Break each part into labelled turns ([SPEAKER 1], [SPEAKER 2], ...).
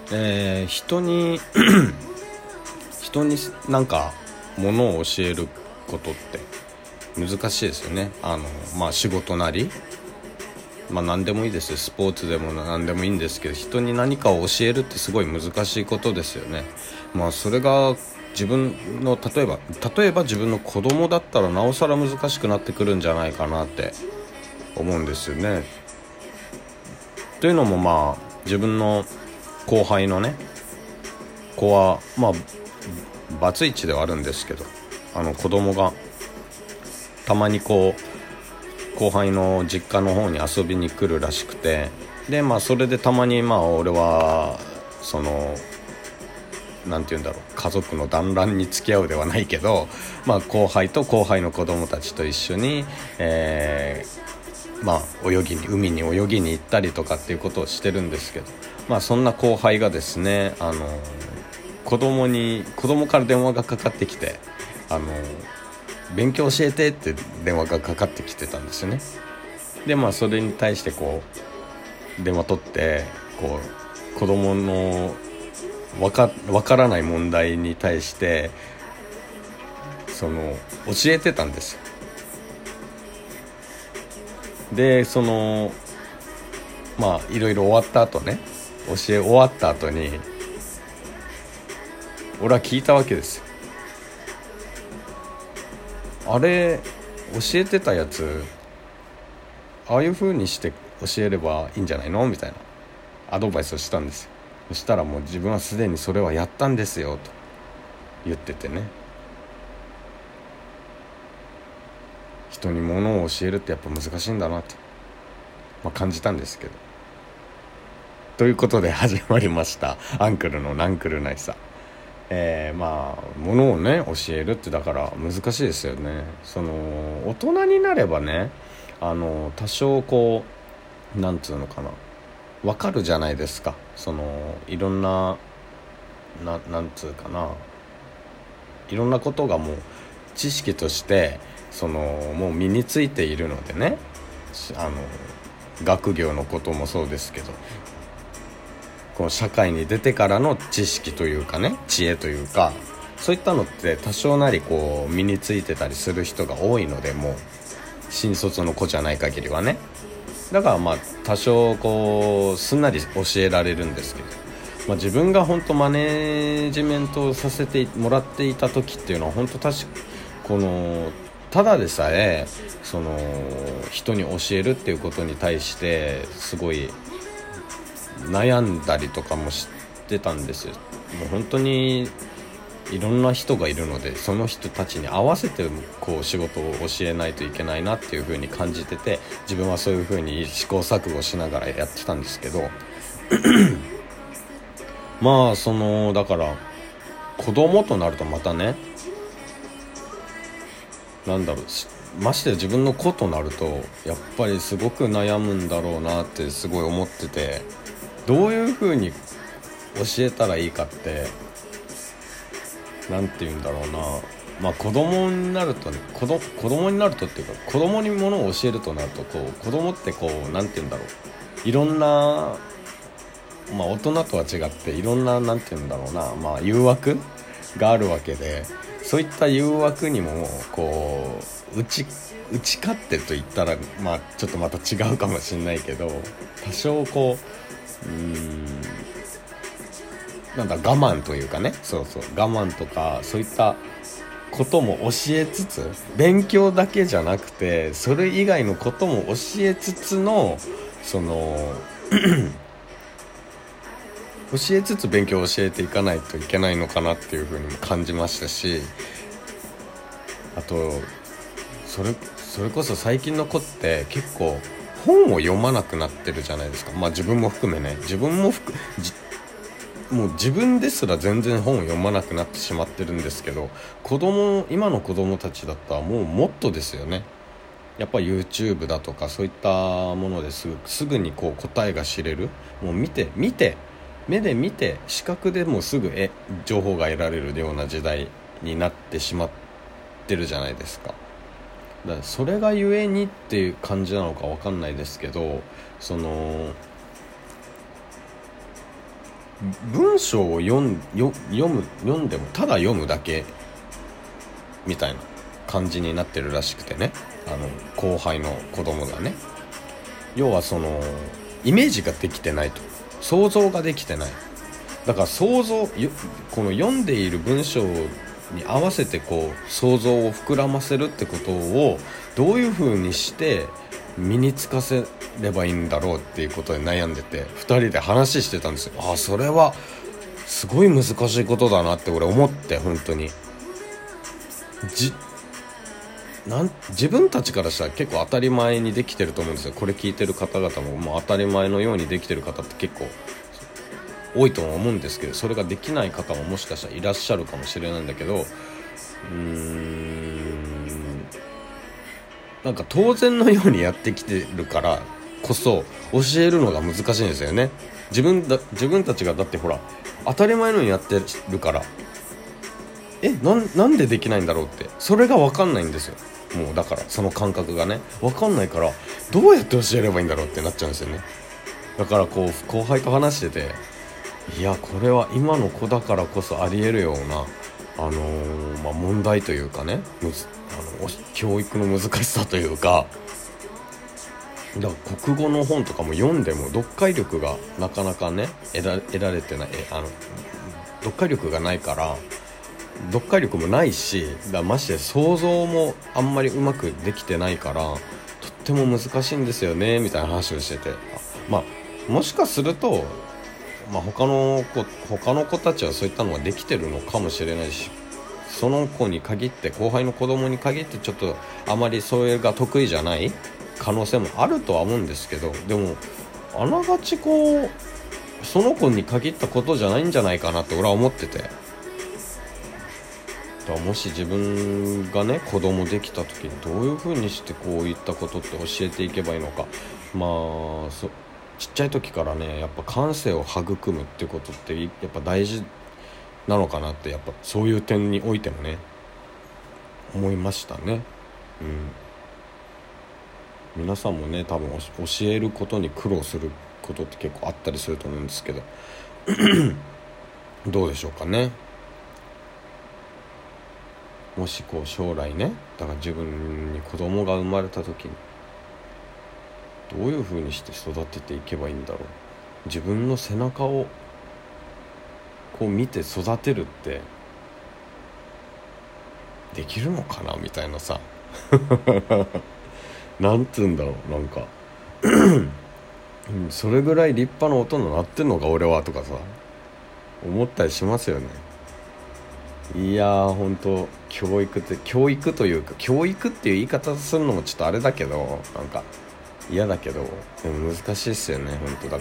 [SPEAKER 1] 人に人になんかものを教えることって難しいですよね。仕事なり、何でもいいですよ。スポーツでも何でもいいんですけど、人に何かを教えるってすごい難しいことですよね。それが自分の例えば自分の子供だったらなおさら難しくなってくるんじゃないかなって思うんですよね。というのも自分の後輩のね子はバツイチではあるんですけど、子供がたまに後輩の実家の方に遊びに来るらしくて、でそれでたまに俺はなんて言うんだろう、家族の団らんに付き合うではないけど、後輩と後輩の子供たちと一緒に、海に泳ぎに行ったりとかっていうことをしてるんですけど、そんな後輩がですね、子供から電話がかかってきて、勉強教えてって電話がかかってきてたんですよね。でそれに対して電話取って子供のわからない問題に対して教えてたんですよ。でいろいろ終わった後ね、教え終わった後に俺は聞いたわけですよ。あれ教えてたやつああいう風にして教えればいいんじゃないのみたいなアドバイスをしたんですよ。そしたらもう自分はすでにそれはやったんですよと言っててね、人に物を教えるってやっぱ難しいんだなと、感じたんですけど。ということで始まりましたアンクルのナンクルナイさ。物をね教えるってだから難しいですよね。大人になればね、多少なんつうのかな、わかるじゃないですか。いろんななんつうかな、いろんなことがもう知識としてもう身についているのでね、学業のこともそうですけど、社会に出てからの知識というかね、知恵というか、そういったのって多少なり身についてたりする人が多いので、もう新卒の子じゃない限りはね。だから多少すんなり教えられるんですけど、自分が本当マネージメントをさせてもらっていた時っていうのは本当ただでさえ人に教えるっていうことに対してすごい悩んだりとかもしてたんですよ。もう本当にいろんな人がいるので、その人たちに合わせて仕事を教えないといけないなっていう風に感じてて、自分はそういう風に試行錯誤しながらやってたんですけどだから子供となるとまたね、まして自分の子となるとやっぱりすごく悩むんだろうなってすごい思ってて、どういう風に教えたらいいかってなんて言うんだろうな、子供になるとね、子供になるとっていうか、子供にものを教えるとなると子供ってなんて言うんだろう、いろんな大人とは違っていろんななんて言うんだろうな、誘惑があるわけで、そういった誘惑にも打ち勝ってと言ったらちょっとまた違うかもしれないけど、多少我慢というかね、我慢とかそういったことも教えつつ、勉強だけじゃなくてそれ以外のことも教えつつの教えつつ勉強を教えていかないといけないのかなっていうふうにも感じましたし、あとそれこそ最近の子って結構本を読まなくなってるじゃないですか。自分も含めね、もう自分ですら全然本を読まなくなってしまってるんですけど、今の子供たちだったらもっとですよね。やっぱ YouTube だとかそういったものですぐに答えが知れる、もう目で見て視覚でもすぐ情報が得られるような時代になってしまってるじゃないですか。だからそれがゆえにっていう感じなのか分かんないですけど、 文章を読んでもただ読むだけみたいな感じになってるらしくてね、後輩の子供がね、要はそのイメージができてないと、想像ができてない。だからこの読んでいる文章に合わせてこう想像を膨らませるってことをどういう風にして身につかせればいいんだろうっていうことで悩んでて、2人で話してたんですよ。それはすごい難しいことだなって俺思って、本当に自分たちからしたら結構当たり前にできてると思うんですよ。これ聞いてる方々ももう当たり前のようにできてる方って結構多いと思うんですけど、それができない方ももしかしたらいらっしゃるかもしれないんだけど、なんか当然のようにやってきてるからこそ教えるのが難しいんですよね。自分たちがだってほら当たり前のようにやってるからなんでできないんだろうって、それが分かんないんですよ。もうだからその感覚がね分かんないから、どうやって教えればいいんだろうってなっちゃうんですよね。だからこう後輩と話してて、いやこれは今の子だからこそあり得るような問題というかね、教育の難しさというか、だから国語の本とかも読んでも読解力がなかなかね得られてない、読解力がないから、読解力もないし、まして想像もあんまりうまくできてないからとっても難しいんですよねみたいな話をしてて、もしかすると、他の子たちはそういったのができてるのかもしれないし、その子に限って後輩の子供に限ってちょっとあまりそれが得意じゃない可能性もあるとは思うんですけど、でもあながちこうその子に限ったことじゃないんじゃないかなって俺は思ってて、もし自分がね子供できた時にどういう風にしてこういったことって教えていけばいいのか、ちっちゃい時からねやっぱ感性を育むってことってやっぱ大事なのかなって、やっぱそういう点においてもね思いましたね。皆さんもね多分教えることに苦労することって結構あったりすると思うんですけどどうでしょうかね。もしこう将来ね、だから自分に子供が生まれた時にどういう風にして育てていけばいいんだろう。自分の背中をこう見て育てるってできるのかなみたいなさなんつうんだろう、なんかそれぐらい立派な大人になってんのか俺はとかさ思ったりしますよね。いやー本当教育というか教育っていう言い方するのもちょっとあれだけど、なんか嫌だけどでも難しいっすよね本当。だ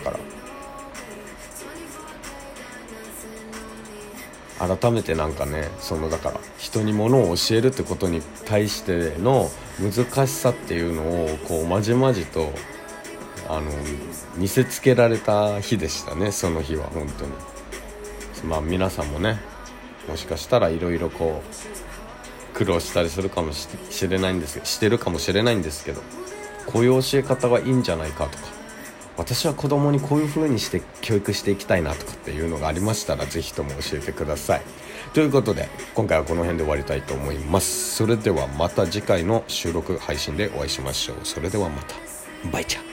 [SPEAKER 1] から改めてなんかねだから人に物を教えるってことに対しての難しさっていうのをこうまじまじと見せつけられた日でしたね、その日は本当に。皆さんもねもしかしたらいろいろこう苦労したりするかもしれないんですけど、してるかもしれないんですけど、こういう教え方がいいんじゃないかとか、私は子供にこういう風にして教育していきたいなとかっていうのがありましたらぜひとも教えてください。ということで今回はこの辺で終わりたいと思います。それではまた次回の収録配信でお会いしましょう。それではまた、バイチャー。